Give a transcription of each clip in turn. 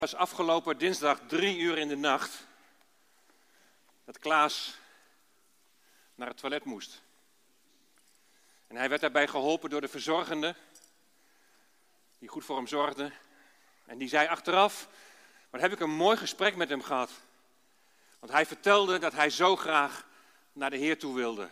Het was afgelopen dinsdag 3 uur in de nacht dat Klaas naar het toilet moest. En hij werd daarbij geholpen door de verzorgende, die goed voor hem zorgde. En die zei achteraf, wat heb ik een mooi gesprek met hem gehad. Want hij vertelde dat hij zo graag naar de Heer toe wilde.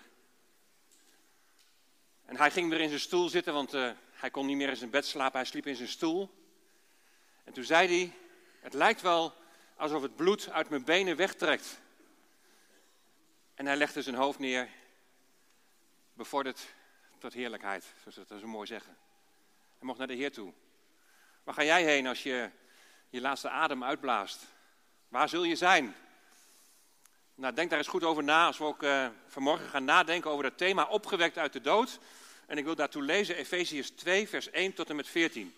En hij ging weer in zijn stoel zitten, want hij kon niet meer in zijn bed slapen. Hij sliep in zijn stoel. En toen zei hij, het lijkt wel alsof het bloed uit mijn benen wegtrekt. En hij legde zijn hoofd neer, bevorderd tot heerlijkheid, zoals ze dat zo mooi zeggen. Hij mocht naar de Heer toe. Waar ga jij heen als je je laatste adem uitblaast? Waar zul je zijn? Nou, denk daar eens goed over na als we ook vanmorgen gaan nadenken over dat thema opgewekt uit de dood. En ik wil daartoe lezen Efeziërs 2 vers 1 tot en met 14.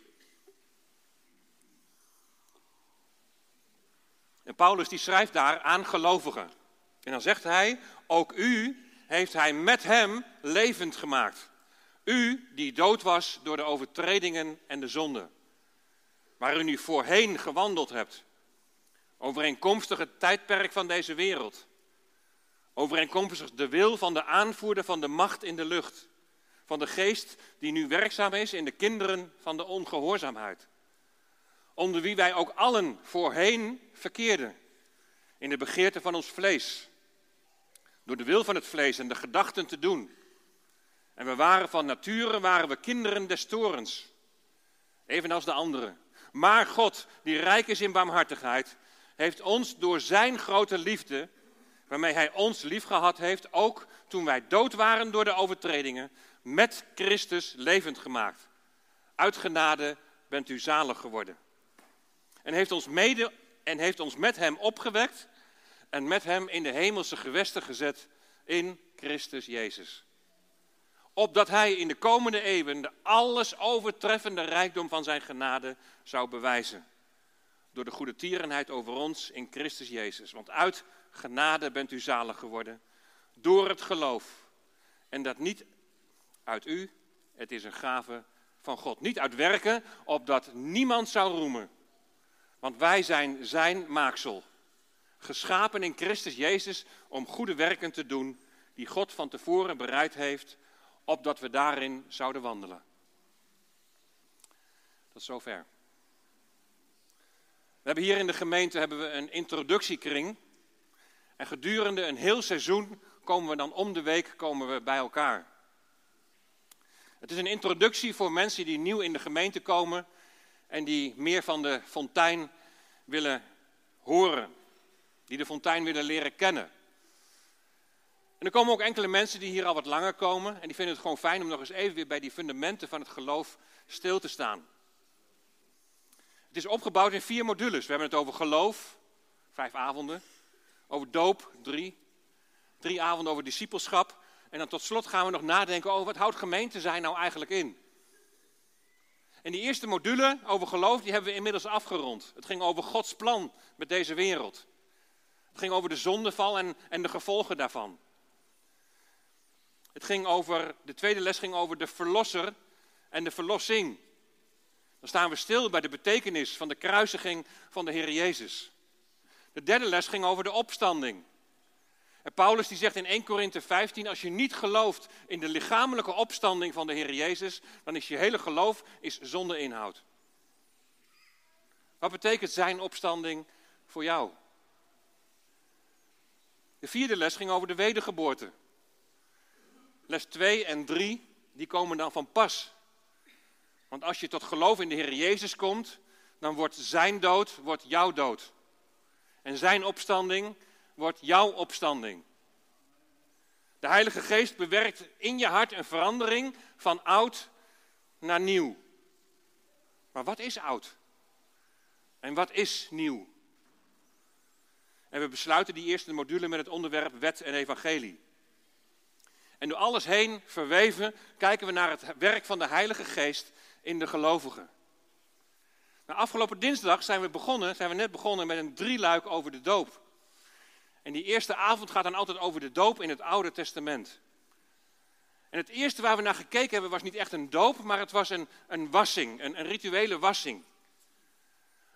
En Paulus die schrijft daar aan gelovigen. En dan zegt hij, ook u heeft hij met hem levend gemaakt. U die dood was door de overtredingen en de zonden. Waarin u voorheen gewandeld hebt. Overeenkomstig het tijdperk van deze wereld. Overeenkomstig de wil van de aanvoerder van de macht in de lucht. Van de geest die nu werkzaam is in de kinderen van de ongehoorzaamheid. Onder wie wij ook allen voorheen verkeerden. In de begeerte van ons vlees. Door de wil van het vlees en de gedachten te doen. En we waren van nature kinderen des toorns. Evenals de anderen. Maar God, die rijk is in barmhartigheid, heeft ons door zijn grote liefde, waarmee hij ons liefgehad heeft, ook toen wij dood waren door de overtredingen, met Christus levend gemaakt. Uit genade bent u zalig geworden. En heeft ons met hem opgewekt en met hem in de hemelse gewesten gezet in Christus Jezus. Opdat hij in de komende eeuwen de alles overtreffende rijkdom van zijn genade zou bewijzen. Door de goede tierenheid over ons in Christus Jezus. Want uit genade bent u zalig geworden. Door het geloof. En dat niet uit u, het is een gave van God. Niet uit werken, opdat niemand zou roemen. Want wij zijn zijn maaksel. Geschapen in Christus Jezus om goede werken te doen. Die God van tevoren bereid heeft, opdat we daarin zouden wandelen. Tot zover. We hebben hier in de gemeente een introductiekring. En gedurende een heel seizoen komen we dan om de week bij elkaar. Het is een introductie voor mensen die nieuw in de gemeente komen en die meer van de fontein willen horen. Die de fontein willen leren kennen. En er komen ook enkele mensen die hier al wat langer komen en die vinden het gewoon fijn om nog eens even weer bij die fundamenten van het geloof stil te staan. Het is opgebouwd in 4 modules. We hebben het over geloof, 5 avonden. Over doop, 3 avonden over discipelschap. En dan tot slot gaan we nog nadenken over wat houdt gemeente zijn nou eigenlijk in. En die eerste module over geloof, die hebben we inmiddels afgerond. Het ging over Gods plan met deze wereld. Het ging over de zondeval en de gevolgen daarvan. De tweede les ging over de verlosser en de verlossing. Dan staan we stil bij de betekenis van de kruisiging van de Heer Jezus. De derde les ging over de opstanding. En Paulus die zegt in 1 Korinthe 15, als je niet gelooft in de lichamelijke opstanding van de Heer Jezus, dan is je hele geloof zonder inhoud. Wat betekent zijn opstanding voor jou? De vierde les ging over de wedergeboorte. Les 2 en 3, die komen dan van pas. Want als je tot geloof in de Heer Jezus komt, dan wordt zijn dood jouw dood. En zijn opstanding wordt jouw opstanding. De Heilige Geest bewerkt in je hart een verandering van oud naar nieuw. Maar wat is oud? En wat is nieuw? En we besluiten die eerste module met het onderwerp wet en evangelie. En door alles heen verweven kijken we naar het werk van de Heilige Geest in de gelovigen. Nou, afgelopen dinsdag zijn we net begonnen met een 3-luik over de doop. En die eerste avond gaat dan altijd over de doop in het Oude Testament. En het eerste waar we naar gekeken hebben was niet echt een doop, maar het was een wassing, een rituele wassing.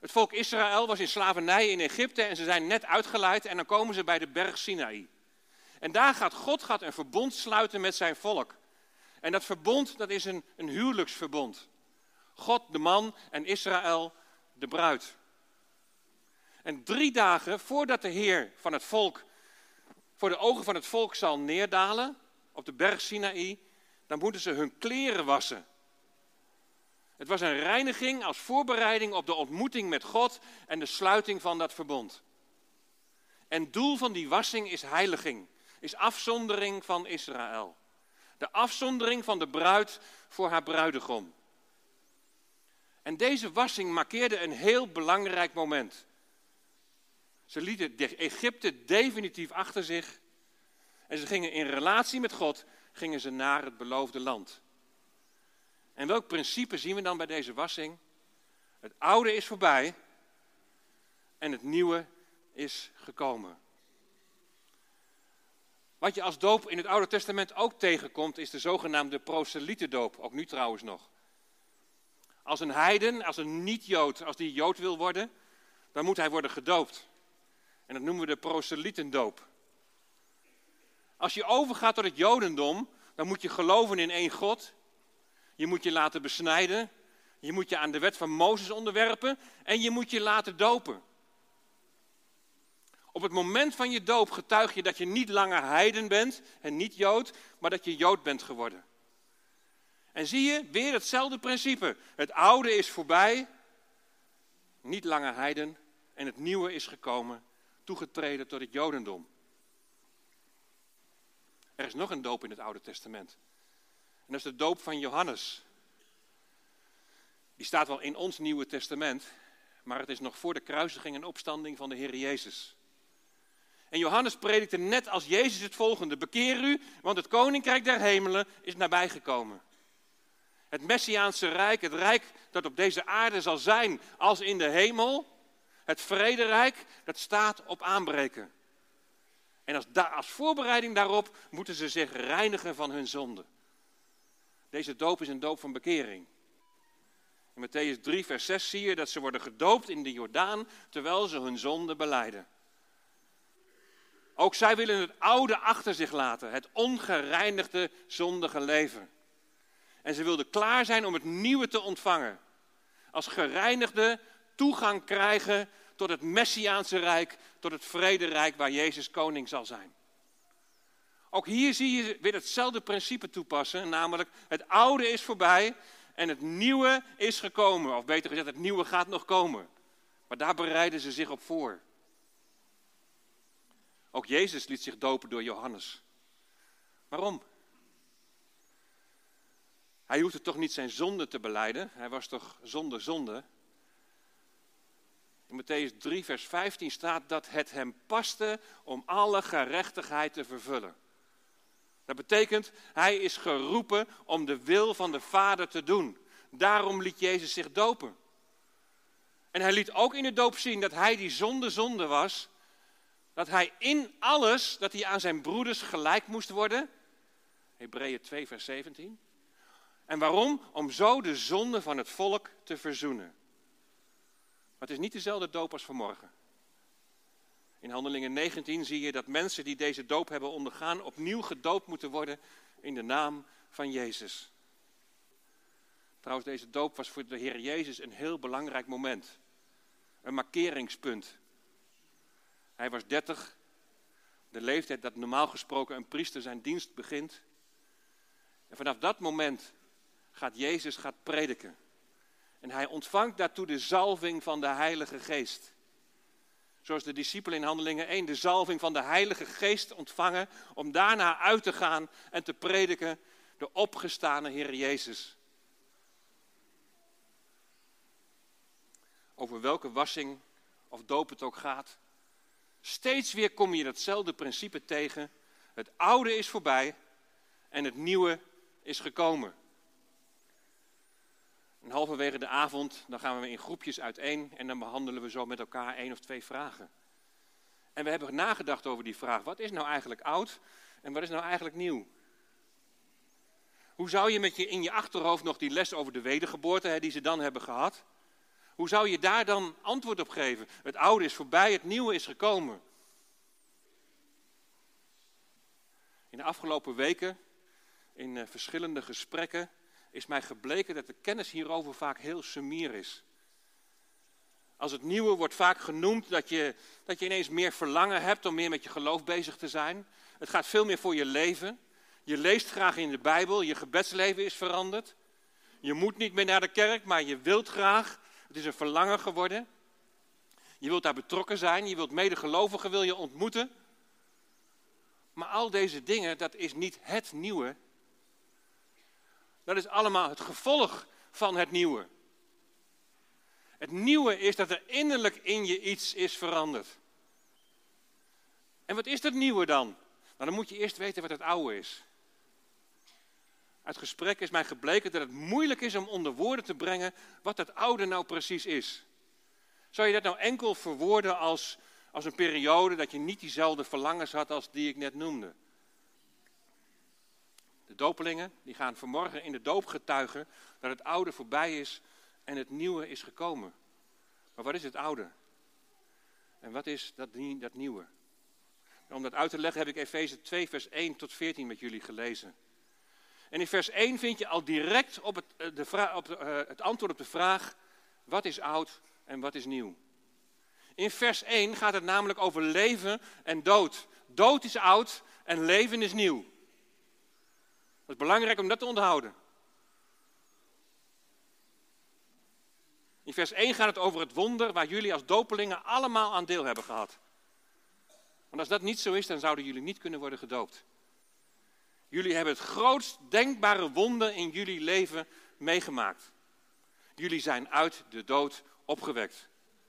Het volk Israël was in slavernij in Egypte en ze zijn net uitgeleid en dan komen ze bij de berg Sinaï. En daar gaat God een verbond sluiten met zijn volk. En dat verbond, dat is een huwelijksverbond. God de man en Israël de bruid. En 3 dagen voordat de Heer van het volk, voor de ogen van het volk zal neerdalen op de berg Sinaï, dan moeten ze hun kleren wassen. Het was een reiniging als voorbereiding op de ontmoeting met God en de sluiting van dat verbond. En doel van die wassing is heiliging, is afzondering van Israël. De afzondering van de bruid voor haar bruidegom. En deze wassing markeerde een heel belangrijk moment. Ze lieten Egypte definitief achter zich en ze gingen in relatie met God, gingen ze naar het beloofde land. En welk principe zien we dan bij deze wassing? Het oude is voorbij en het nieuwe is gekomen. Wat je als doop in het Oude Testament ook tegenkomt, is de zogenaamde proselietendoop, ook nu trouwens nog. Als een heiden, als een niet-Jood, als die Jood wil worden, dan moet hij worden gedoopt. En dat noemen we de proselietendoop. Als je overgaat tot het Jodendom, dan moet je geloven in één God. Je moet je laten besnijden. Je moet je aan de wet van Mozes onderwerpen. En je moet je laten dopen. Op het moment van je doop getuig je dat je niet langer heiden bent en niet Jood, maar dat je Jood bent geworden. En zie je, weer hetzelfde principe. Het oude is voorbij, niet langer heiden, en het nieuwe is gekomen, toegetreden tot het Jodendom. Er is nog een doop in het Oude Testament. En dat is de doop van Johannes. Die staat wel in ons Nieuwe Testament, maar het is nog voor de kruisiging en opstanding van de Heer Jezus. En Johannes predikte net als Jezus het volgende: bekeer u, want het koninkrijk der hemelen is nabijgekomen. Het Messiaanse rijk, het rijk dat op deze aarde zal zijn als in de hemel, het vrederijk, dat staat op aanbreken. En als voorbereiding daarop moeten ze zich reinigen van hun zonde. Deze doop is een doop van bekering. In Mattheüs 3 vers 6 zie je dat ze worden gedoopt in de Jordaan terwijl ze hun zonde belijden. Ook zij willen het oude achter zich laten, het ongereinigde zondige leven. En ze wilden klaar zijn om het nieuwe te ontvangen. Als gereinigde toegang krijgen tot het Messiaanse rijk, tot het vrederijk waar Jezus koning zal zijn. Ook hier zie je weer hetzelfde principe toepassen, namelijk het oude is voorbij en het nieuwe is gekomen. Of beter gezegd, het nieuwe gaat nog komen. Maar daar bereiden ze zich op voor. Ook Jezus liet zich dopen door Johannes. Waarom? Hij hoefde toch niet zijn zonde te belijden? Hij was toch zonder zonde? In Mattheüs 3 vers 15 staat dat het hem paste om alle gerechtigheid te vervullen. Dat betekent, hij is geroepen om de wil van de Vader te doen. Daarom liet Jezus zich dopen. En hij liet ook in de doop zien dat hij die zonde was. Dat hij in alles, dat hij aan zijn broeders gelijk moest worden. Hebreeën 2 vers 17. En waarom? Om zo de zonde van het volk te verzoenen. Maar het is niet dezelfde doop als vanmorgen. In Handelingen 19 zie je dat mensen die deze doop hebben ondergaan opnieuw gedoopt moeten worden in de naam van Jezus. Trouwens, deze doop was voor de Heer Jezus een heel belangrijk moment. Een markeringspunt. Hij was 30, de leeftijd dat normaal gesproken een priester zijn dienst begint. En vanaf dat moment gaat Jezus prediken. En hij ontvangt daartoe de zalving van de Heilige Geest. Zoals de discipelen in Handelingen 1 de zalving van de Heilige Geest ontvangen om daarna uit te gaan en te prediken de opgestane Heer Jezus. Over welke wassing of doop het ook gaat. Steeds weer kom je datzelfde principe tegen. Het oude is voorbij en het nieuwe is gekomen. En halverwege de avond, dan gaan we in groepjes uiteen en dan behandelen we zo met elkaar 1 of 2 vragen. En we hebben nagedacht over die vraag, wat is nou eigenlijk oud en wat is nou eigenlijk nieuw? Hoe zou je in je achterhoofd nog die les over de wedergeboorte, die ze dan hebben gehad, Hoe zou je daar dan antwoord op geven? Het oude is voorbij, het nieuwe is gekomen. In de afgelopen weken, in verschillende gesprekken, is mij gebleken dat de kennis hierover vaak heel sumier is. Als het nieuwe wordt vaak genoemd dat je ineens meer verlangen hebt om meer met je geloof bezig te zijn. Het gaat veel meer voor je leven. Je leest graag in de Bijbel, je gebedsleven is veranderd. Je moet niet meer naar de kerk, maar je wilt graag. Het is een verlangen geworden. Je wilt daar betrokken zijn, je wilt medegelovigen wil je ontmoeten. Maar al deze dingen, dat is niet het nieuwe. Dat is allemaal het gevolg van het nieuwe. Het nieuwe is dat er innerlijk in je iets is veranderd. En wat is dat nieuwe dan? Nou, dan moet je eerst weten wat het oude is. Uit gesprek is mij gebleken dat het moeilijk is om onder woorden te brengen wat het oude nou precies is. Zou je dat nou enkel verwoorden als een periode dat je niet diezelfde verlangens had als die ik net noemde? De dopelingen die gaan vanmorgen in de doop getuigen dat het oude voorbij is en het nieuwe is gekomen. Maar wat is het oude? En wat is dat nieuwe? Om dat uit te leggen heb ik Efeze 2 vers 1 tot 14 met jullie gelezen. En in vers 1 vind je al direct het antwoord op de vraag, wat is oud en wat is nieuw? In vers 1 gaat het namelijk over leven en dood. Dood is oud en leven is nieuw. Dat is belangrijk om dat te onthouden. In vers 1 gaat het over het wonder waar jullie als dopelingen allemaal aan deel hebben gehad. Want als dat niet zo is, dan zouden jullie niet kunnen worden gedoopt. Jullie hebben het grootst denkbare wonder in jullie leven meegemaakt. Jullie zijn uit de dood opgewekt.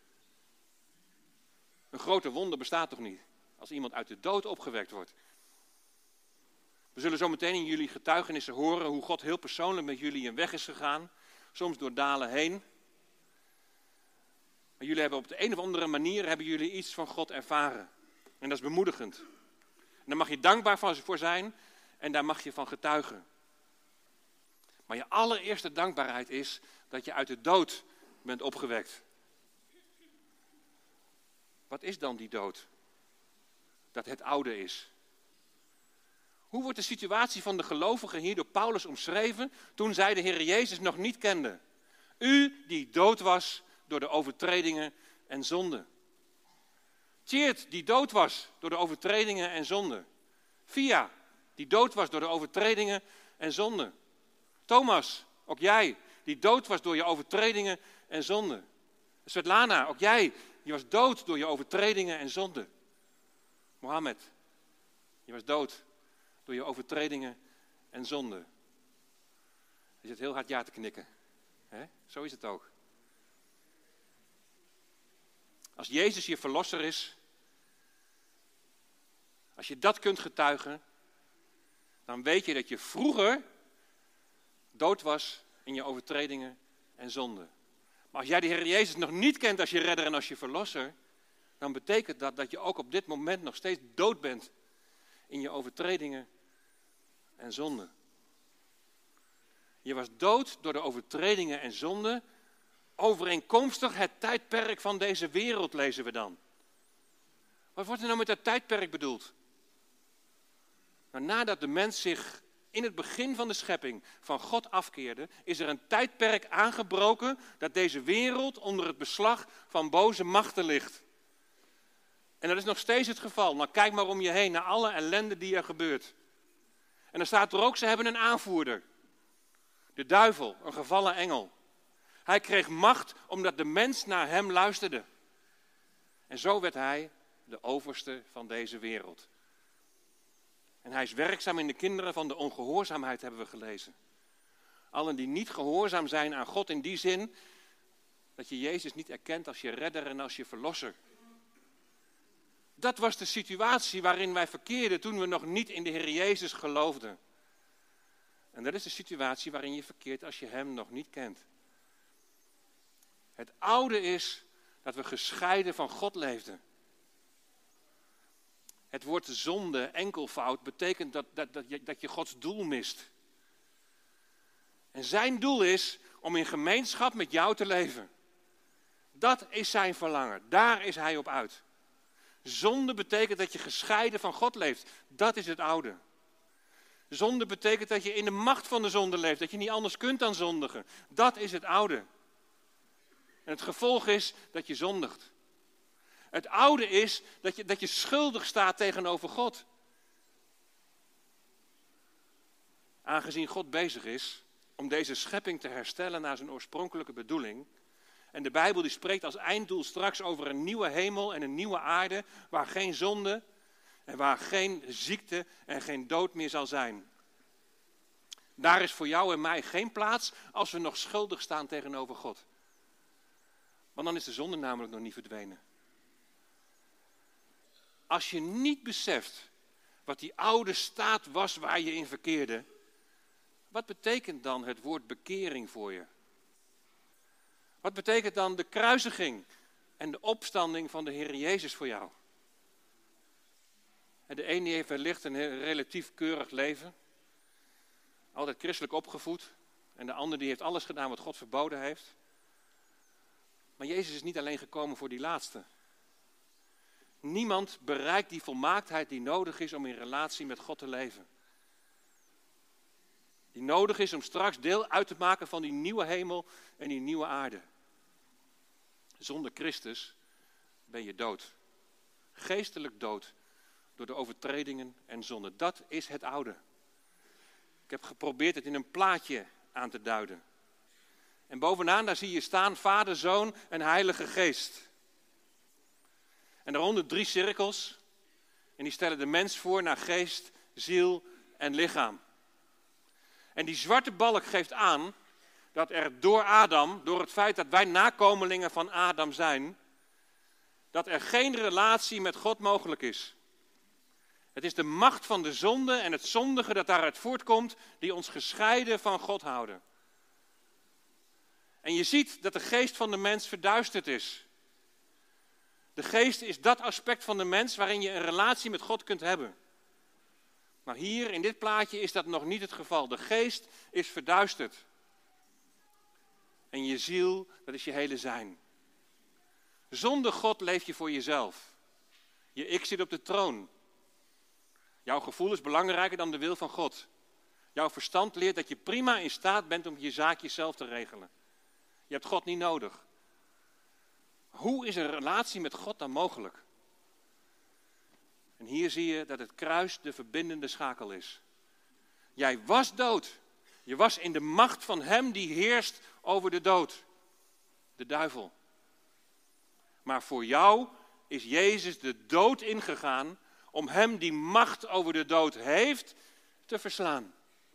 Een groter wonder bestaat toch niet, als iemand uit de dood opgewekt wordt. We zullen zo meteen in jullie getuigenissen horen hoe God heel persoonlijk met jullie in weg is gegaan. Soms door dalen heen. Maar jullie hebben op de een of andere manier iets van God ervaren. En dat is bemoedigend. En daar mag je dankbaar voor zijn en daar mag je van getuigen. Maar je allereerste dankbaarheid is dat je uit de dood bent opgewekt. Wat is dan die dood? Dat het oude is. Hoe wordt de situatie van de gelovigen hier door Paulus omschreven toen zij de Heer Jezus nog niet kenden? U die dood was door de overtredingen en zonden. Tjeerd die dood was door de overtredingen en zonden. Via die dood was door de overtredingen en zonden. Thomas, ook jij, die dood was door je overtredingen en zonden. Svetlana, ook jij, je was dood door je overtredingen en zonden. Mohammed, je was dood door je overtredingen en zonden. Je zit heel hard ja te knikken. Zo is het ook. Als Jezus je verlosser is, als je dat kunt getuigen, dan weet je dat je vroeger dood was in je overtredingen en zonden. Maar als jij de Heer Jezus nog niet kent als je redder en als je verlosser, dan betekent dat je ook op dit moment nog steeds dood bent in je overtredingen en zonden. Je was dood door de overtredingen en zonden, overeenkomstig het tijdperk van deze wereld, lezen we dan. Wat wordt er nou met dat tijdperk bedoeld? Nou, nadat de mens zich in het begin van de schepping van God afkeerde, is er een tijdperk aangebroken dat deze wereld onder het beslag van boze machten ligt. En dat is nog steeds het geval. Nou, kijk maar om je heen naar alle ellende die er gebeurt. En dan staat er ook, ze hebben een aanvoerder. De duivel, een gevallen engel. Hij kreeg macht omdat de mens naar hem luisterde. En zo werd hij de overste van deze wereld. En hij is werkzaam in de kinderen van de ongehoorzaamheid, hebben we gelezen. Allen die niet gehoorzaam zijn aan God in die zin dat je Jezus niet erkent als je redder en als je verlosser. Dat was de situatie waarin wij verkeerden toen we nog niet in de Heer Jezus geloofden. En dat is de situatie waarin je verkeert als je hem nog niet kent. Het oude is dat we gescheiden van God leefden. Het woord zonde, enkelvoud, betekent dat je Gods doel mist. En zijn doel is om in gemeenschap met jou te leven. Dat is zijn verlangen. Daar is hij op uit. Zonde betekent dat je gescheiden van God leeft. Dat is het oude. Zonde betekent dat je in de macht van de zonde leeft. Dat je niet anders kunt dan zondigen. Dat is het oude. En het gevolg is dat je zondigt. Het oude is dat je schuldig staat tegenover God. Aangezien God bezig is om deze schepping te herstellen naar zijn oorspronkelijke bedoeling. En de Bijbel die spreekt als einddoel straks over een nieuwe hemel en een nieuwe aarde. Waar geen zonde en waar geen ziekte en geen dood meer zal zijn. Daar is voor jou en mij geen plaats als we nog schuldig staan tegenover God. Want dan is de zonde namelijk nog niet verdwenen. Als je niet beseft wat die oude staat was waar je in verkeerde. Wat betekent dan het woord bekering voor je? Wat betekent dan de kruisiging en de opstanding van de Heer Jezus voor jou? En de ene heeft wellicht een relatief keurig leven. Altijd christelijk opgevoed. En de ander die heeft alles gedaan wat God verboden heeft. Maar Jezus is niet alleen gekomen voor die laatste. Niemand bereikt die volmaaktheid die nodig is om in relatie met God te leven. Die nodig is om straks deel uit te maken van die nieuwe hemel en die nieuwe aarde. Zonder Christus ben je dood. Geestelijk dood door de overtredingen en zonde. Dat is het oude. Ik heb geprobeerd het in een plaatje aan te duiden. En bovenaan daar zie je staan Vader, Zoon en Heilige Geest. En daaronder 3 cirkels. En die stellen de mens voor naar geest, ziel en lichaam. En die zwarte balk geeft aan dat er door Adam, door het feit dat wij nakomelingen van Adam zijn, dat er geen relatie met God mogelijk is. Het is de macht van de zonde en het zondige dat daaruit voortkomt, die ons gescheiden van God houden. En je ziet dat de geest van de mens verduisterd is. De geest is dat aspect van de mens waarin je een relatie met God kunt hebben. Maar hier in dit plaatje is dat nog niet het geval. De geest is verduisterd. En je ziel, dat is je hele zijn. Zonder God leef je voor jezelf. Je ik zit op de troon. Jouw gevoel is belangrijker dan de wil van God. Jouw verstand leert dat je prima in staat bent om je zaakjes zelf te regelen. Je hebt God niet nodig. Hoe is een relatie met God dan mogelijk? En hier zie je dat het kruis de verbindende schakel is. Jij was dood. Je was in de macht van hem die heerst over de dood. De duivel. Maar voor jou is Jezus de dood ingegaan om hem die macht over de dood heeft te verslaan.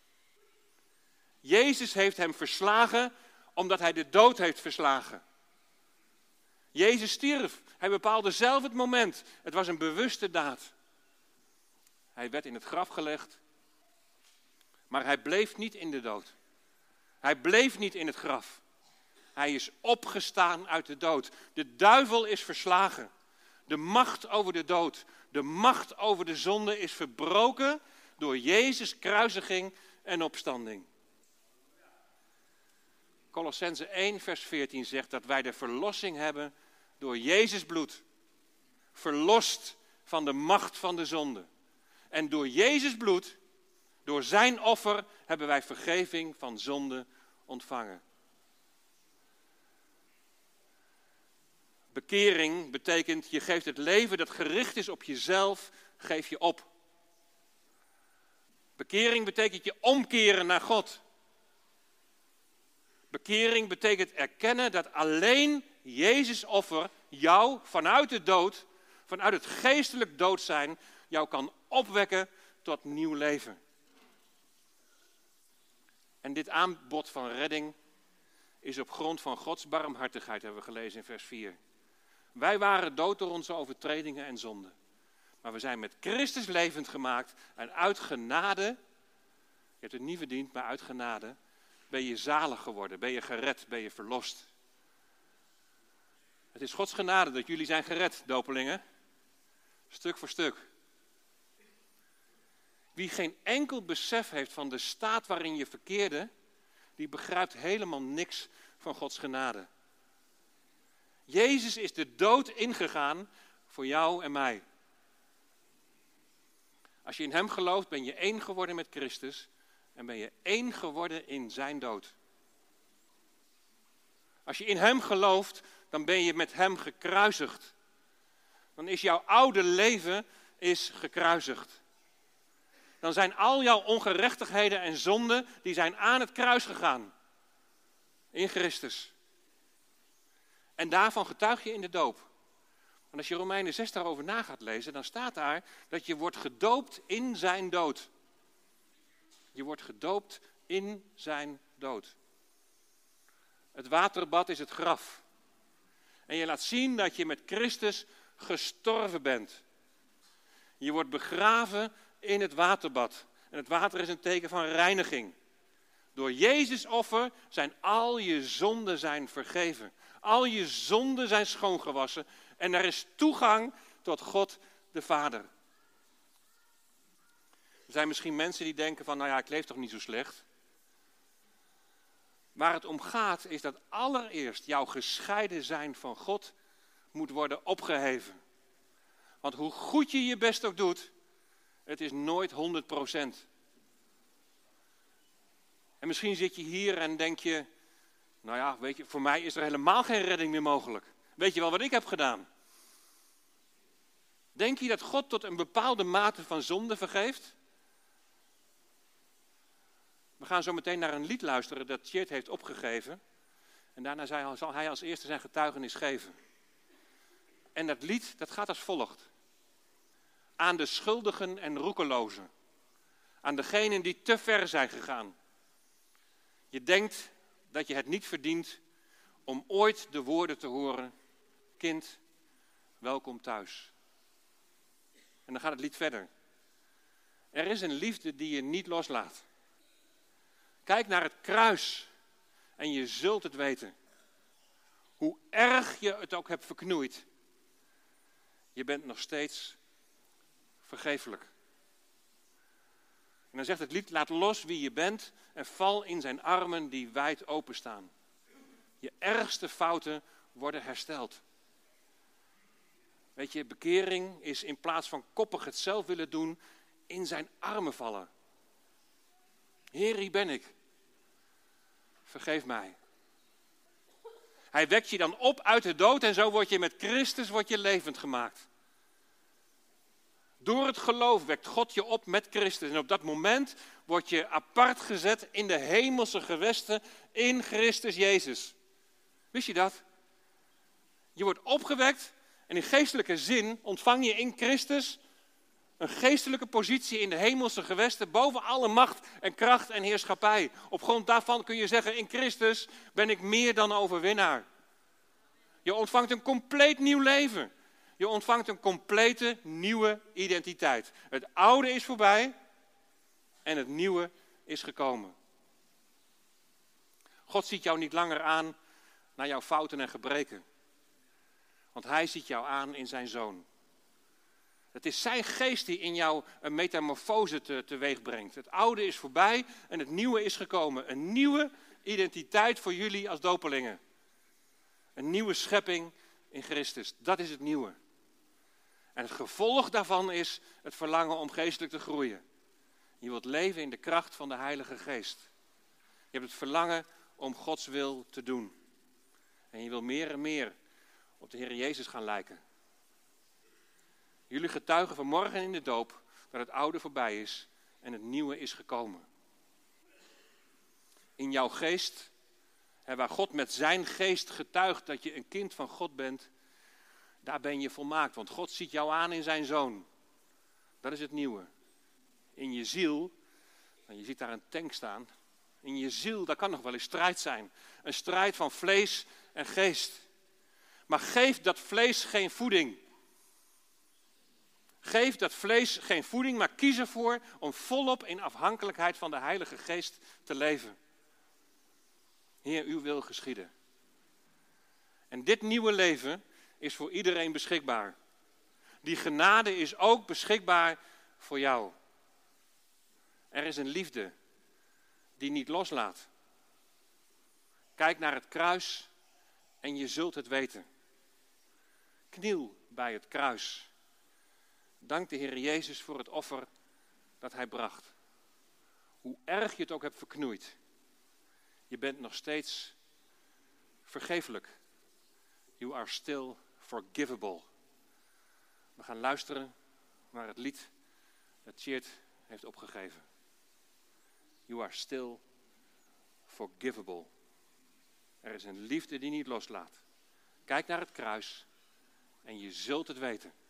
Jezus heeft hem verslagen omdat hij de dood heeft verslagen. Jezus stierf. Hij bepaalde zelf het moment. Het was een bewuste daad. Hij werd in het graf gelegd. Maar hij bleef niet in de dood. Hij bleef niet in het graf. Hij is opgestaan uit de dood. De duivel is verslagen. De macht over de dood, de macht over de zonde is verbroken door Jezus' kruisiging en opstanding. Kolossenzen 1 vers 14 zegt dat wij de verlossing hebben door Jezus' bloed. Verlost van de macht van de zonde. En door Jezus' bloed, door zijn offer, hebben wij vergeving van zonde ontvangen. Bekering betekent, je geeft het leven dat gericht is op jezelf, geef je op. Bekering betekent je omkeren naar God. Bekering betekent erkennen dat alleen Jezus' offer jou vanuit de dood, vanuit het geestelijk dood zijn, jou kan opwekken tot nieuw leven. En dit aanbod van redding is op grond van Gods barmhartigheid, hebben we gelezen in vers 4. Wij waren dood door onze overtredingen en zonden. Maar we zijn met Christus levend gemaakt en uit genade, je hebt het niet verdiend, maar uit genade, ben je zalig geworden, ben je gered, ben je verlost. Het is Gods genade dat jullie zijn gered, dopelingen. Stuk voor stuk. Wie geen enkel besef heeft van de staat waarin je verkeerde, die begrijpt helemaal niks van Gods genade. Jezus is de dood ingegaan voor jou en mij. Als je in hem gelooft, ben je één geworden met Christus en ben je één geworden in zijn dood. Als je in hem gelooft, dan ben je met hem gekruisigd. Dan is jouw oude leven gekruisigd. Dan zijn al jouw ongerechtigheden en zonden, die zijn aan het kruis gegaan. In Christus. En daarvan getuig je in de doop. Want als je Romeinen 6 daarover na gaat lezen, dan staat daar dat je wordt gedoopt in zijn dood. Je wordt gedoopt in zijn dood. Het waterbad is het graf. En je laat zien dat je met Christus gestorven bent. Je wordt begraven in het waterbad. En het water is een teken van reiniging. Door Jezus' offer zijn al je zonden vergeven. Al je zonden zijn schoongewassen. En er is toegang tot God de Vader. Er zijn misschien mensen die denken van, nou ja, ik leef toch niet zo slecht. Waar het om gaat is dat allereerst jouw gescheiden zijn van God moet worden opgeheven. Want hoe goed je je best ook doet, het is nooit 100%. En misschien zit je hier en denk je, nou ja, weet je, voor mij is er helemaal geen redding meer mogelijk. Weet je wel wat ik heb gedaan? Denk je dat God tot een bepaalde mate van zonde vergeeft? We gaan zo meteen naar een lied luisteren dat Tjeerd heeft opgegeven. En daarna zal hij als eerste zijn getuigenis geven. En dat lied, dat gaat als volgt. Aan de schuldigen en roekelozen. Aan degenen die te ver zijn gegaan. Je denkt dat je het niet verdient om ooit de woorden te horen. Kind, welkom thuis. En dan gaat het lied verder. Er is een liefde die je niet loslaat. Kijk naar het kruis en je zult het weten. Hoe erg je het ook hebt verknoeid. Je bent nog steeds vergeeflijk. En dan zegt het lied, laat los wie je bent en val in zijn armen die wijd openstaan. Je ergste fouten worden hersteld. Weet je, bekering is in plaats van koppig het zelf willen doen, in zijn armen vallen. Heer, hier ben ik. Vergeef mij. Hij wekt je dan op uit de dood en zo word je met Christus levend gemaakt. Door het geloof wekt God je op met Christus. En op dat moment word je apart gezet in de hemelse gewesten in Christus Jezus. Wist je dat? Je wordt opgewekt en in geestelijke zin ontvang je in Christus een geestelijke positie in de hemelse gewesten boven alle macht en kracht en heerschappij. Op grond daarvan kun je zeggen, in Christus ben ik meer dan overwinnaar. Je ontvangt een compleet nieuw leven. Je ontvangt een complete nieuwe identiteit. Het oude is voorbij en het nieuwe is gekomen. God ziet jou niet langer aan naar jouw fouten en gebreken. Want hij ziet jou aan in zijn Zoon. Het is zijn geest die in jou een metamorfose teweeg brengt. Het oude is voorbij en het nieuwe is gekomen. Een nieuwe identiteit voor jullie als dopelingen. Een nieuwe schepping in Christus. Dat is het nieuwe. En het gevolg daarvan is het verlangen om geestelijk te groeien. Je wilt leven in de kracht van de Heilige Geest. Je hebt het verlangen om Gods wil te doen. En je wil meer en meer op de Heer Jezus gaan lijken. Jullie getuigen vanmorgen in de doop dat het oude voorbij is en het nieuwe is gekomen. In jouw geest, waar God met zijn geest getuigt dat je een kind van God bent, daar ben je volmaakt. Want God ziet jou aan in zijn Zoon. Dat is het nieuwe. In je ziel, en je ziet daar een tank staan. In je ziel, daar kan nog wel eens strijd zijn. Een strijd van vlees en geest. Maar geef dat vlees geen voeding. Geef dat vlees geen voeding, maar kies ervoor om volop in afhankelijkheid van de Heilige Geest te leven. Heer, uw wil geschieden. En dit nieuwe leven is voor iedereen beschikbaar. Die genade is ook beschikbaar voor jou. Er is een liefde die niet loslaat. Kijk naar het kruis en je zult het weten. Kniel bij het kruis. Dank de Heer Jezus voor het offer dat hij bracht. Hoe erg je het ook hebt verknoeid, je bent nog steeds vergeeflijk. You are still forgivable. We gaan luisteren naar het lied dat Tjeerd heeft opgegeven. You are still forgivable. Er is een liefde die niet loslaat. Kijk naar het kruis en je zult het weten.